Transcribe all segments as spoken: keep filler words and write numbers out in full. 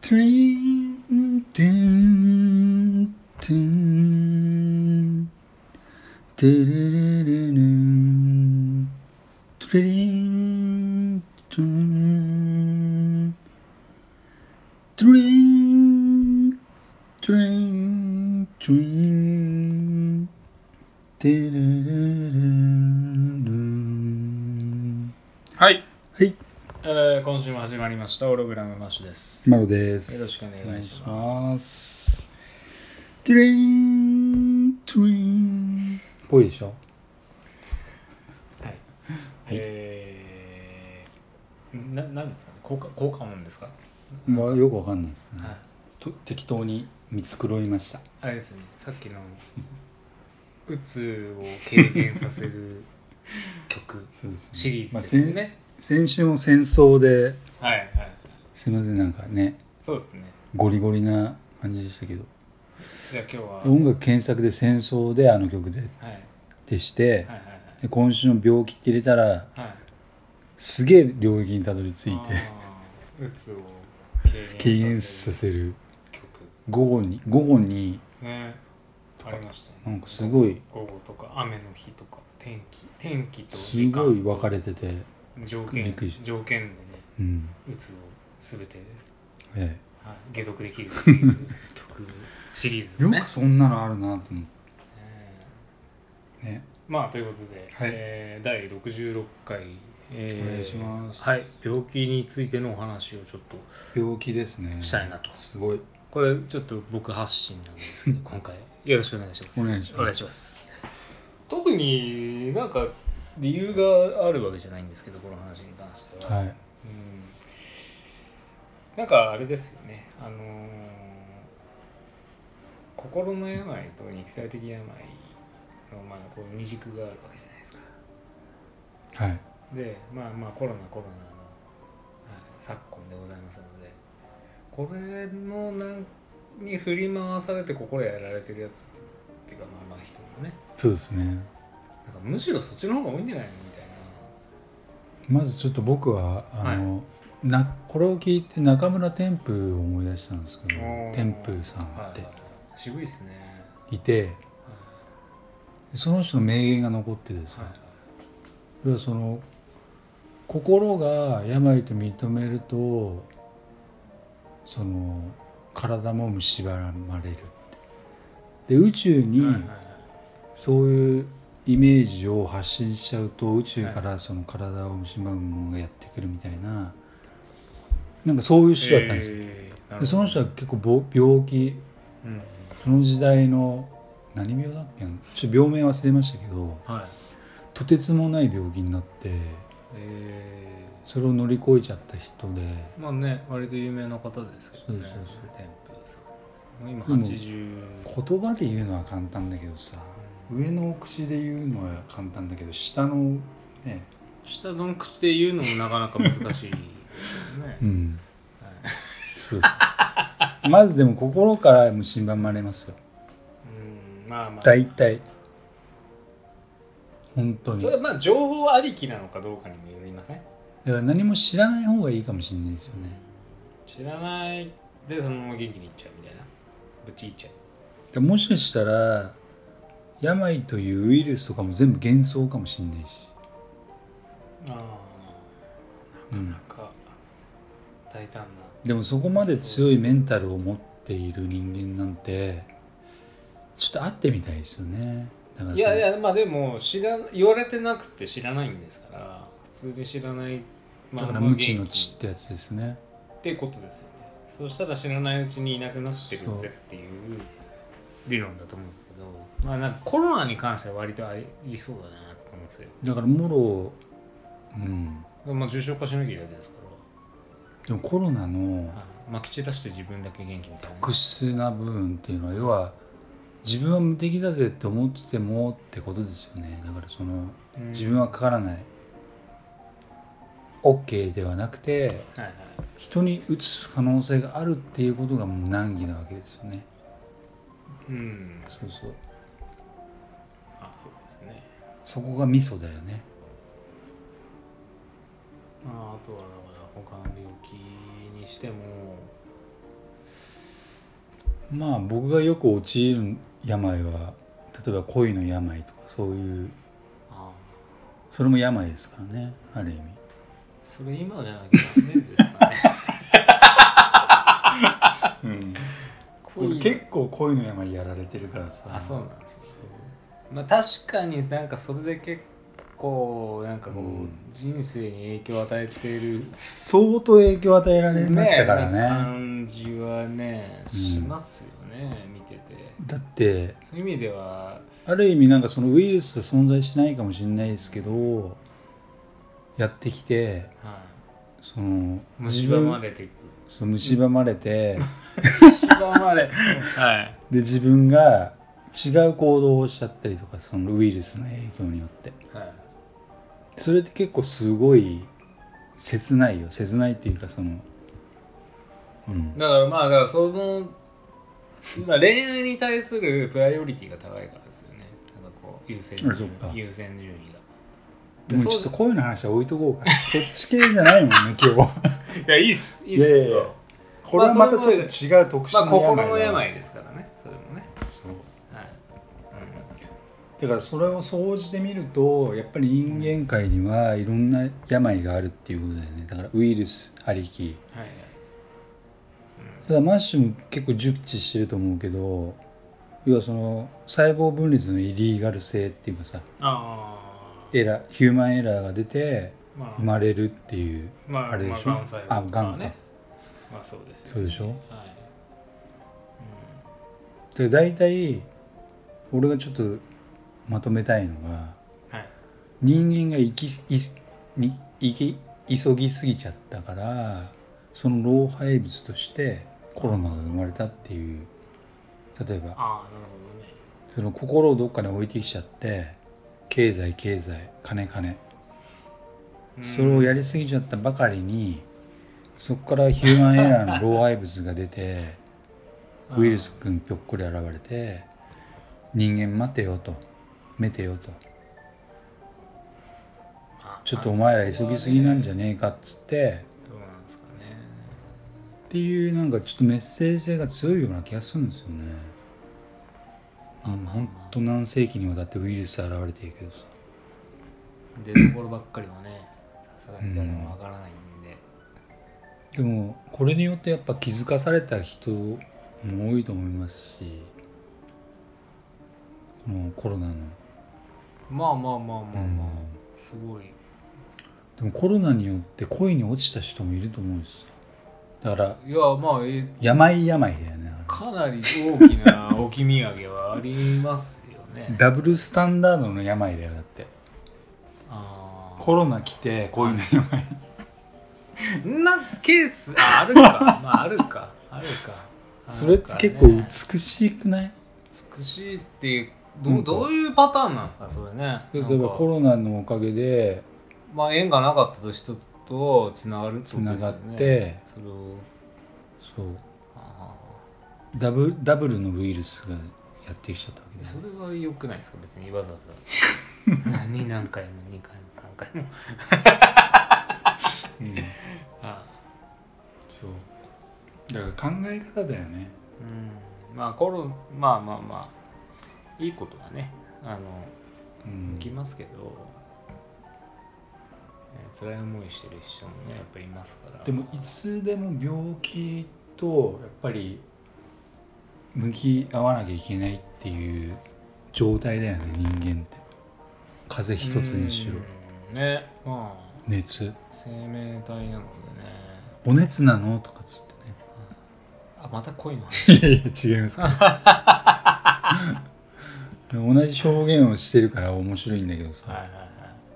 トゥリントゥントゥントゥルルルルントゥリントゥントゥリントゥリントゥントゥルルルン。 はいはい、 えー、今週も始まりましたオログラムマッシュです。 マロです。 よろしくお願いします。 トゥリーントゥリーンぽいでしょ。 はい、えー、ななんですかね、効果効果音ですか。 まあよくわかんないですね、 はい、 と適当に見繕いました。 あれですね、さっきのうつを軽減させる曲そうですね、 シリーズですね、まあ、 先週も戦争で、 はいはい、 すいませんなんかね、 そうですね、 ゴリゴリな感じでしたけど、 じゃあ今日は音楽検索で戦争であの曲で、はい、でして、はいはいはい、今週の病気って入れたら、はい、すげえ領域にたどり着いて、 うつを軽減させる曲、午後に午後に、ね、 ありましたね。 なんかすごい午後とか雨の日とか天気天気と時間とすごい分かれてて条件条件でね、うん、うつをすべて、ええ、はい、解読できるっていう曲シリーズ、ね、 よくそんなのあるなと思って、 えー、ね、まあということで、はい、えー、だいろくじゅうろっかい、えー、 お願いします。 はい、病気についてのお話をちょっと病気ですねしたいなと。 すごい。 これちょっと僕発信なんですけど今回よろしくお願いします。 お願いします。 お願いします。特になんか理由があるわけじゃないんですけど、この話に関しては、はい、うん、なんかあれですよね、あのー、心の病と肉体的病の、まあ、こう二軸があるわけじゃないですか。はい。で、まあまあコロナコロナの、はい、昨今でございますので、これのなんに振り回されて心やられてるやつっていうか、まあまあ人もね。 そうですね。なんかむしろそっちの方が多いんじゃないのみたいな。まずちょっと僕はあの、はい、なこれを聞いて中村天風を思い出したんですけど、天風さんって、はいはい、 渋いっすね。 いて、はい、その人の名言が残ってですね、はいはい、その心が病と認めるとその体も蝕まれるって。で宇宙にそういうイメージを発信しちゃうと宇宙からその体を蝕むものがやってくるみたいな、なんかそういう人だったんですよ、えー、でその人は結構病気、うん、その時代の何病だっけ、ちょっと病名忘れましたけど、はい、とてつもない病気になって、えー、それを乗り越えちゃった人で、 まあね、割と有名な方ですけどね。そうそうそう、天風さん今はちじゅう、 言葉で言うのは簡単だけどさ、うん、上の口で言うのは簡単だけど下のね、 下の口で言うのもなかなか難しいですよね。うん、 はい、そうですまずでも心から蝕まれますよ。うん、まあまあ大体本当にそれはまあ情報ありきなのかどうかにもよりません。 だから何も知らない方がいいかもしれないですよね。 知らないでそのまま元気にいっちゃうみたいな、ぶちいっちゃう。もしかしたら病というウイルスとかも全部幻想かもしれないし、 ああ、なかなか大胆な、 うん、でもそこまで強いメンタルを持っている人間なんてちょっと会ってみたいですよね。 だからいやいや、まあでも知ら言われてなくて知らないんですから、普通に知らない、 まあ、だから無知の知ってやつですね。 っていうことですよね。そしたら知らないうちにいなくなってるぜっていう理論だと思うんですけど、まあなんかコロナに関しては割とありそうだなと思うんですよ。 だからもろ、うん、まあ重症化しなきゃいいだけですから。 でもコロナのまき散らして自分だけ元気みたいな特殊な部分っていうのは、要は自分は無敵だぜって思っててもってことですよね。だからその、うん、自分はかからない OK ではなくて、はいはい、人にうつ可能性があるっていうことがもう難儀なわけですよね。うん、そうそう。 あ、そうですね。 そこがミソだよね。 まあ、あとはだから他の病気にしてもまあ僕がよく陥る病は例えば恋の病とかそういうあそれも病ですからね、ある意味。 それ今じゃなきゃダメですかねうん、これ結構恋の病やられてるからさ。 あ、そうなんですね。まあ確かになんかそれで結構なんかこう、うん、人生に影響を与えている相当影響を与えられましたからね。 ね感じはねしますよね、うん、見てて。 だってそういう意味ではある意味なんかそのウイルスは存在しないかもしれないですけど、やってきて、はい、その蝕まれていく。 そう蝕まれて蝕まれはいで自分が違う行動をしちゃったりとか、そのウイルスの影響によって、はい、それって結構すごい切ないよ。切ないっていうかその、 うん、だからまあだからその今恋愛に対するプライオリティが高いからですよね。なんかこう優先順位優先順位が。 もうちょっとこういうの話は置いとこうかそっち系じゃないもんね今日いやいいっすいいっすけど、 これはまたちょっと違う特殊な病、まあ、心の病ですからね、それもね。そう、はいうん、だからそれを総じてみるとやっぱり人間界にはいろんな病があるっていうことだよね。だからウイルスありき、はいはい、うん、ただマッシュも結構熟知してると思うけど、要はその細胞分裂のイリーガル性っていうかさ、あエラーヒューマンエラーが出て生まれるっていう、まあ、あれでしょ、まあ、がん細胞とか、ね、あ、がんか、 まあそうですよね。 そうでしょ、 はい、 うん、で大体俺がちょっとまとめたいのが、はい、人間が生きいに生き急ぎすぎちゃったからその老廃物としてコロナが生まれたっていう。例えば、あ、なるほどね、その心をどっかに置いてきちゃって経済経済金金それをやりすぎちゃったばかりにそこからヒューマンエラーの老廃物が出てウイルス君ぴょっこり現れて人間待てよと待てよとちょっとお前ら急ぎすぎなんじゃねえかっつってどうなんですかねっていうなんかちょっとメッセージ性が強いような気がするんですよね。うん、ほんと何世紀にわたってウイルス現れているけどさ出どころばっかりはねさすがに誰もわからないんで、 うん、でもこれによってやっぱ気づかされた人も多いと思いますし、このコロナのまあまあまあまあまあ、うん、すごい。 でもコロナによって恋に落ちた人もいると思うんですよ。だからいやまあえ病病だよね。 かなり大きな置き土産はありますよねダブルスタンダードの病だよ。だってあコロナ来て恋の病んなケース あ, あるかまああるかあるかそれって結構美しくない？ 美しいっていう ど, どういうパターンなんですかそれね。 例えばコロナのおかげでまあ縁がなかった人とつながるってことですよね。つながってそれをそうダブ, ダブルのウイルスがやってきちゃったわけで、 それは良くないですか別にわざわざ何何回もにかいもさんかいもうん、ああそうだから考え方だよね。 うんまあコロまあまあまあいいことはねあの、うん、起きますけど、ね、辛い思いしてる人もねやっぱりいますから。 でもいつでも病気とやっぱり向き合わなきゃいけないっていう状態だよね人間って。風邪一つにしろね、まあ、 熱生命体なのでね。 お熱なのとかつってね。 あまた恋の話。 いやいや違います同じ表現をしてるから面白いんだけどさ、はいはいはい、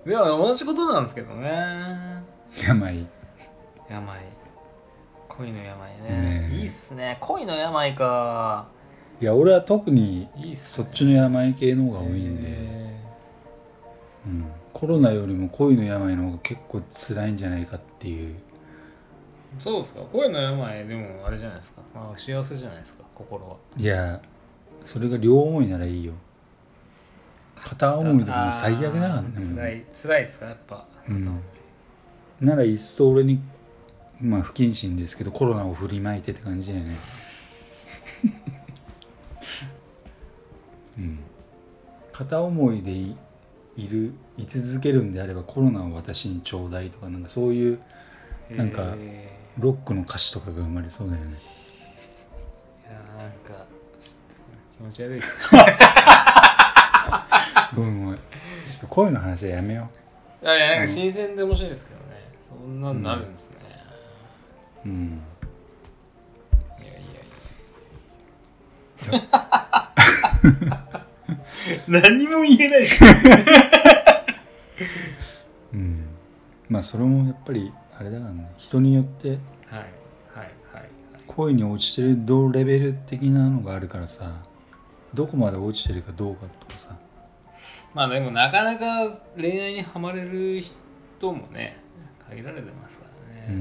でも同じことなんですけどね。 病病恋の病 ね, ねいいっすね。恋の病か。 いや俺は特にそっちの病系の方が多いんで、うん、コロナよりも恋の病の方が結構辛いんじゃないかっていう。 そうですか。恋の病でもあれじゃないですか、まあ、幸せじゃないですか心は。 いやそれが両思いならいいよ。片思いとかも最悪だからね。 辛い辛いですかやっぱ、うん、 なら一層俺にまあ不謹慎ですけどコロナを振りまいてって感じだよねうん、片思いで い, いる居続けるんであればコロナを私にちょうだいとか、なんかそういうなんかロックの歌詞とかが生まれそうだよね。 いやなんかちょっと気持ち悪いっすねごめんごめん、ちょっと声の話はやめよう。いやいやなんか新鮮で面白いですけどね、そんなになるんですね。 うん、うん、 いやいやいや何も言えないですうん、まあそれもやっぱりあれだからね、人によってはいはいはい恋に落ちてる同レベル的なのがあるからさ、どこまで落ちてるかどうかとかさ。 まあでもなかなか恋愛にはまれる人もね限られてますからね。うん、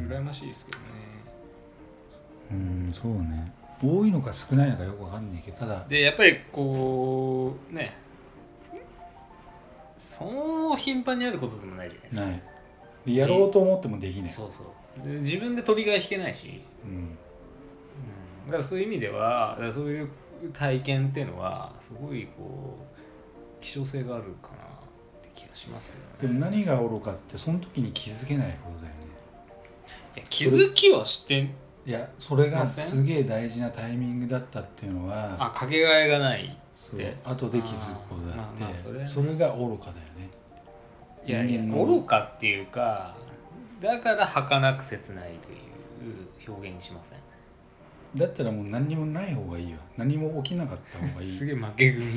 羨ましいですけどね。 うん、そうね。多いのか少ないのかよくわかんないけど、ただでやっぱりこうね、そう頻繁にあることでもないじゃないですか。ない。 やろうと思ってもできない。 そうそうで。自分でトリガー引けないし、うんうん、だからそういう意味では、だからそういう体験っていうのはすごいこう希少性があるかなって気がしますけどね。 でも何が愚かってその時に気づけないことだよね。 いや気づきはしていやそれがすげえ大事なタイミングだったっていうのは、 あかけがえがないって後で気づくことだって、まあまあ それね、それが愚かだよね。 いやいや愚かっていうか、だから儚く切ないという表現にしません？ だったらもう何にもない方がいいわ。何も起きなかった方がいい。 すげえ負け組、うん、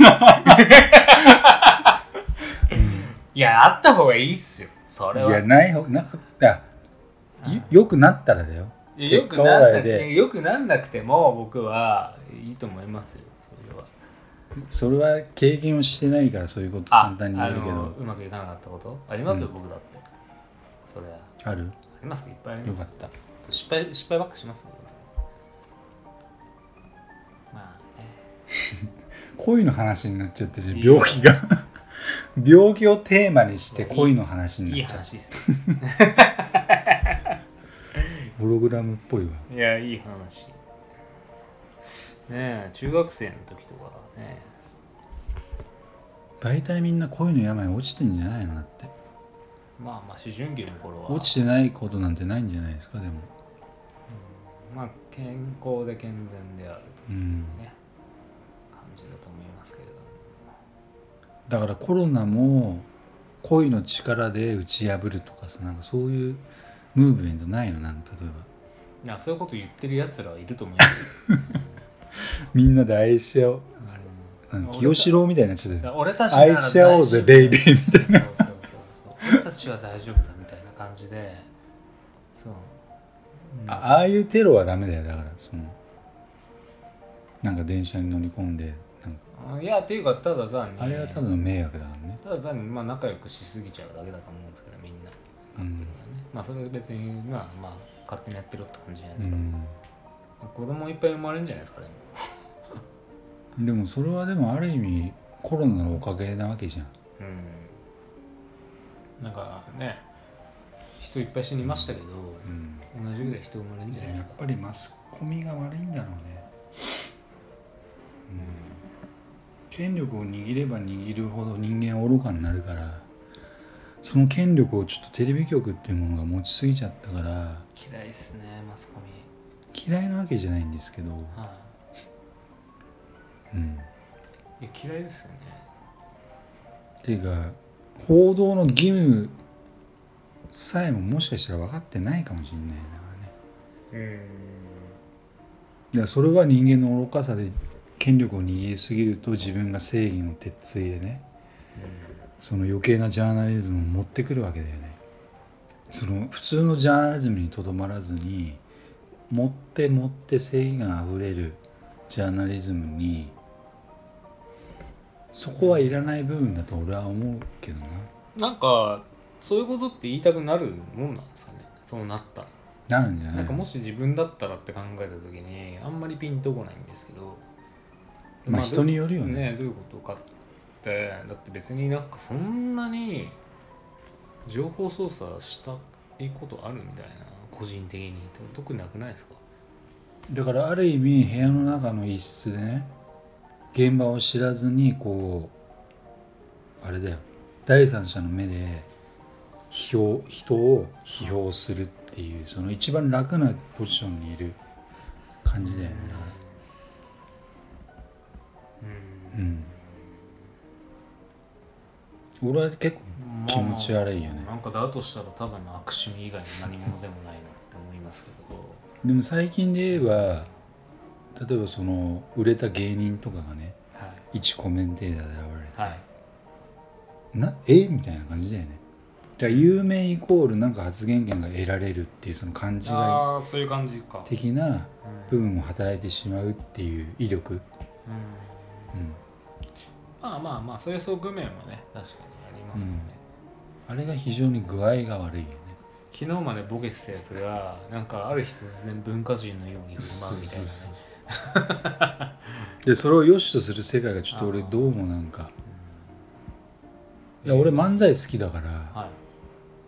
いやあった方がいいっすよそれは。 いやない方なかった。よくなったらだよ。 よくなんなくてよくなんなくても僕はいいと思いますよ。それはそれは経験をしてないからそういうこと簡単に言えるけど、 うまくいかなかったことありますよ、うん、僕だってそれはあるあります。いっぱいあります。 よかった。 失敗失敗ばっかしますよ。まあね恋の話になっちゃってじゃ病気が病気をテーマにして恋の話になっちゃう。いい話ですねホログラムっぽいわ。 いやいい話ねえ。中学生の時とかね大体みんな恋の病落ちてんじゃないのだって。 まあまあ思春期の頃は落ちてないことなんてないんじゃないですか。でも、 うん、まあ健康で健全であるというね、うん、感じだと思いますけれども、 だからコロナも恋の力で打ち破るとかさ、なんかそういうムーブメントないの？なんか例えばいやそういうこと言ってるやつらはいると思いますみんなで愛し合おう、うん、清志郎みたいなやつで俺たち愛し合おうぜベイビーみたいなそうそうそうそう俺たちは大丈夫だみたいな感じでそう、 うん、あ, ああいうテロはダメだよ。だからそのなんか電車に乗り込んでなんかいやっていうかただ単にあれはただの迷惑だからね。 ただ単にまあ仲良くしすぎちゃうだけだと思うんですけどみんな、うん、まあそれは別にまあまあ勝手にやってるって感じじゃないですか、うん、子供いっぱい生まれるんじゃないですか。でもでもそれはでもある意味コロナのおかげなわけじゃん。 うんなんかね人いっぱい死にましたけど、うん、同じぐらい人生まれるんじゃないですか。 やっぱりマスコミが悪いんだろうね。うん、権力を握れば握るほど人間は愚かになるから、その権力をちょっとテレビ局っていうものが持ちすぎちゃったから。 嫌いっすねマスコミ。 嫌いなわけじゃないんですけど、はあうん、 いや嫌いですよね。 っていうか報道の義務さえももしかしたら分かってないかもしれないだからね。うんだからそれは人間の愚かさで権力を握りすぎると自分が正義の鉄槌でね、うん、その余計なジャーナリズムを持ってくるわけだよね。その普通のジャーナリズムにとどまらずに持って持って正義があふれるジャーナリズムにそこはいらない部分だと俺は思うけどな。 なんかそういうことって言いたくなるもんなんですかね。そうなったらなるんじゃない。 なんかもし自分だったらって考えた時にあんまりピンとこないんですけど、 まあ人によるよね。 ねどういうことかってだって別になんかそんなに情報操作したいことあるみたいな個人的に特になくないですか。 だからある意味部屋の中の一室でね現場を知らずにこうあれだよ、第三者の目で批評人を批評するっていう、その一番楽なポジションにいる感じだよね。うん、うん俺は結構気持ち悪いよね、 まあまあ、なんかだとしたらただの悪趣味以外に何者でもないなって思いますけどでも最近で言えば例えばその売れた芸人とかがね、はい、一コメンテーターで現れて、はい、なえみたいな感じだよね。だから有名イコールなんか発言権が得られるっていうその勘違い的な部分も働いてしまうっていう威力、うんうん、 まあまあまあそういう側面はね確かにありますよね、 うん、あれが非常に具合が悪いよね。 昨日までボケてたやつがなんかある日突然文化人のように振る舞うみたいなね。そうそうそうでそれを良しとする世界がちょっと俺どうもなんか、うん、いや俺漫才好きだから、はい、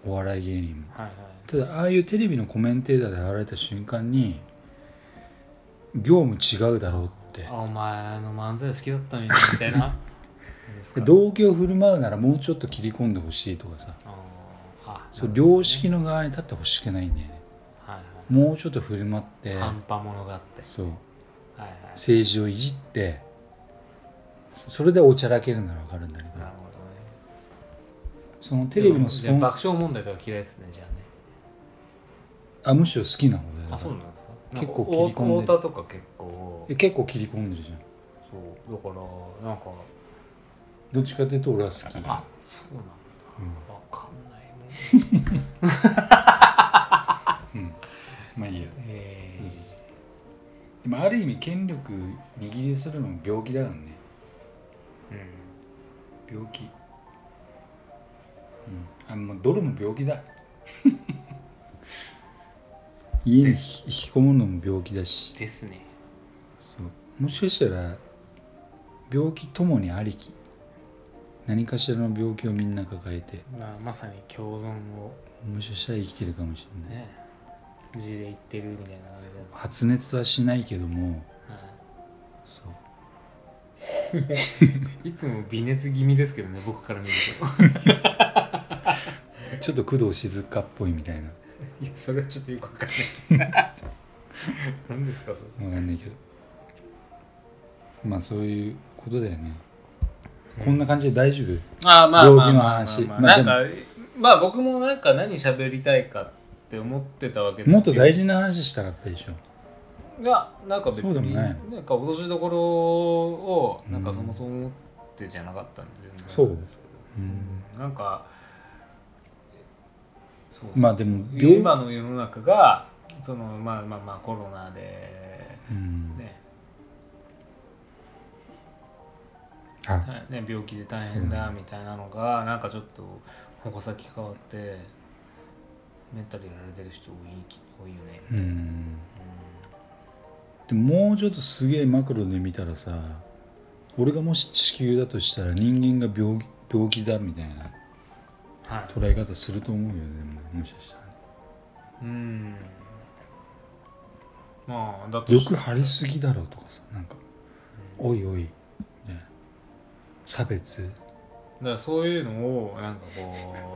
お笑い芸人も、はいはい、ただああいうテレビのコメンテーターで現れた瞬間に業務違うだろうって、 あお前の漫才好きだったのにみたいな同居を振る舞うならもうちょっと切り込んでほしいとかさ、あそう良識の側に立ってほしくないんだよね、はいはい、もうちょっと振る舞って半端者があってそう、はいはい、政治をいじってそれでおちゃらけるなら分かるんだけど、なるほどね、そのテレビのスポン爆笑問題とか嫌いですね。じゃあねあむしろ好きなので、 あそうなんですか。 結構切り込んでる。 太田とか結構え結構切り込んでるじゃん。 そうだからなんかどっちかというと俺は好き。あそうなんだ、うん、分かんないもん、うん、 まあいいや、えー、でもある意味権力握りするのも病気だからね、うん、病気、うん、あもうどれも病気だ家に引きこもるのも病気だしですね。 そうもしかしたら病気ともにありき、何かしらの病気をみんな抱えて、 まあ、まさに共存をもしかしたら生きてるかもしれない、ね、 字で言ってるみたいな感じで発熱はしないけども、はい、 そういつも微熱気味ですけどね僕から見るとちょっと工藤静香っぽいみたいな。 いやそれはちょっとよくわかんない何ですかそれ。 わかんないけどまあそういうことだよね、うん、こんな感じで大丈夫？ あまあ病気の話。 なんかまあ僕もなんか何喋りたいかって思ってたわけだ。 もっと大事な話したかったでしょ。 いやなんか別になんか落としどころをなんかそもそも思ってじゃなかったんで、 うん、そうですけど、 うん、なんかそうまあでも今の世の中がそのまあまあまあコロナで、うんねね、病気で大変だみたいなのがなんかちょっと矛先変わってメンタルやられてる人多い、多いよねみたいな、うんうん、 でももうちょっとすげえマクロで見たらさ、俺がもし地球だとしたら人間が 病, 病気だみたいな捉え方すると思うよね、はい、もしかしたら、ね、うんまあだとよく張りすぎだろうとかさ、なんか、うん、おいおい差別だからそういうのをなんかこ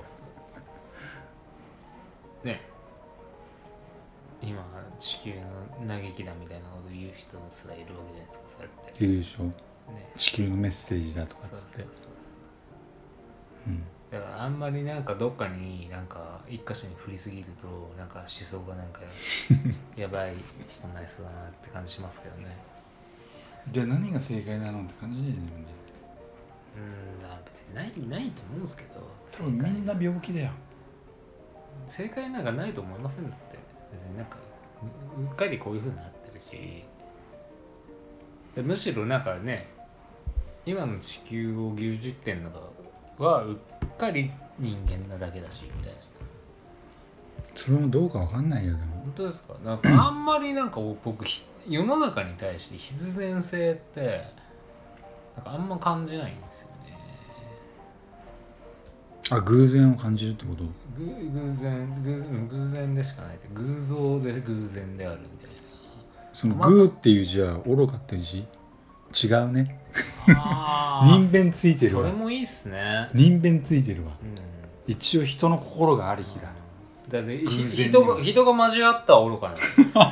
うね今地球の嘆きだみたいなこと言う人すらいるわけじゃないですか。そうやって言うでしょ、ね、地球のメッセージだとかつって、そうそうそうそう、 うん、だからあんまりなんかどっかになんか一箇所に振りすぎるとなんか思想がなんかやばい人になりそうだなって感じしますけどね。 じゃあ何が正解なのって感じだよね。 うん、別にないないと思うんですけど、 多分みんな病気だよ。 正解なんかないと思いませんだって。別になんかうっかりこういう風になってるし、むしろなんかね今の地球を牛耳ってんのはうっかり人間なだけだしみたいな。 それもどうかわかんないよ。でも本当ですか。なんかあんまりなんか僕世の中に対して必然性ってなんかあんま感じないんですよね。 あ、偶然を感じるってこと？ ぐ偶然偶然偶然でしかないって、偶像で偶然であるみたいな。 その偶っていう字は愚かっていう字？ 違うね。人弁ついてるわ。 それもいいっすね。 人弁ついてるわ、 うん、 一応人の心がありきだ。 だって人が人が交わったら愚かな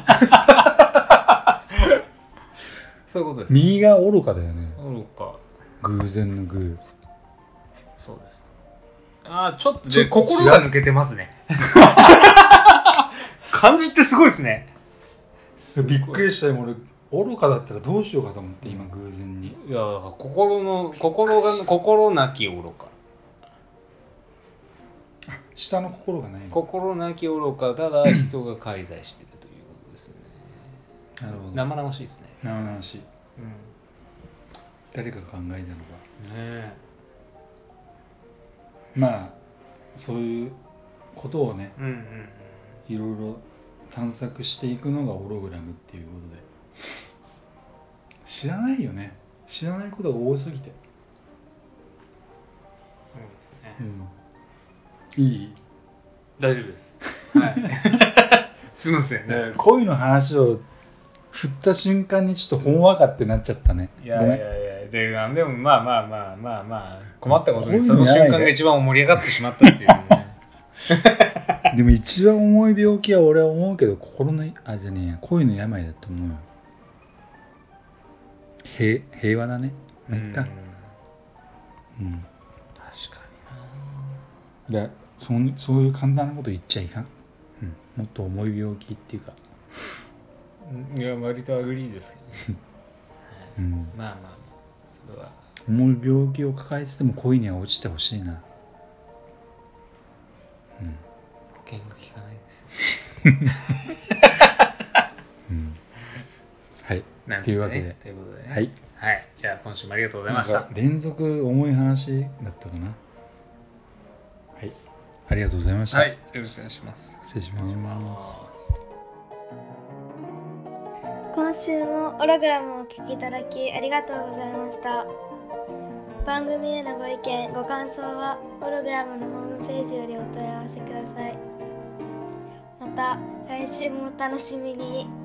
そういうことです。 右が愚かだよね。 愚か。 偶然の偶。 そうです。ああ、ちょっとで心が抜けてますね漢字ってすごいですね。 びっくりしたよ。俺愚かだったらどうしようかと思って、今偶然に。 いや、心の心が心なき愚か。 下の心がないの。 心なき愚か、ただ人が介在しているということですね。 なるほど。 生々しいですね。 生々しい、うん、誰かが考えたのかね。 え、 まあそういうことをね、 うんうんうん、 いろいろ探索していくのがオログラムっていうことで、知らないよね。知らないことが多すぎて。 そうですね、 うん、いい？ 大丈夫です。はいすみませんね。 恋の話を振った瞬間にちょっとほんわかってなっちゃったね。 いやいやいや、で, でもまあまあまあまあまあ困ったことにその瞬間が一番盛り上がってしまったっていうねでも一番重い病気は俺は思うけど、心のあじゃねえや恋の病だと思うよ。平, 平和だね。まあ、いった。うん、うん、 確かにな。だそそういう簡単なこと言っちゃいかん、うん、もっと重い病気っていうか、 いや割とアグリーですけどね、うん、まあまあそれは重い病気を抱えてても恋には落ちてほしいな、 うん、保険が効かないですよ、 うん、はいなんすね、 というわけでということで、ね、 はい、 はい、じゃあ今週もありがとうございました。 連続重い話だったかな。はい、ありがとうございました。 はい、よろしくお願いします。 失礼します。 今週もオログラムをお聞きいただきありがとうございました。番組へのご意見ご感想はオログラムのホームページよりお問い合わせください。また来週もお楽しみに。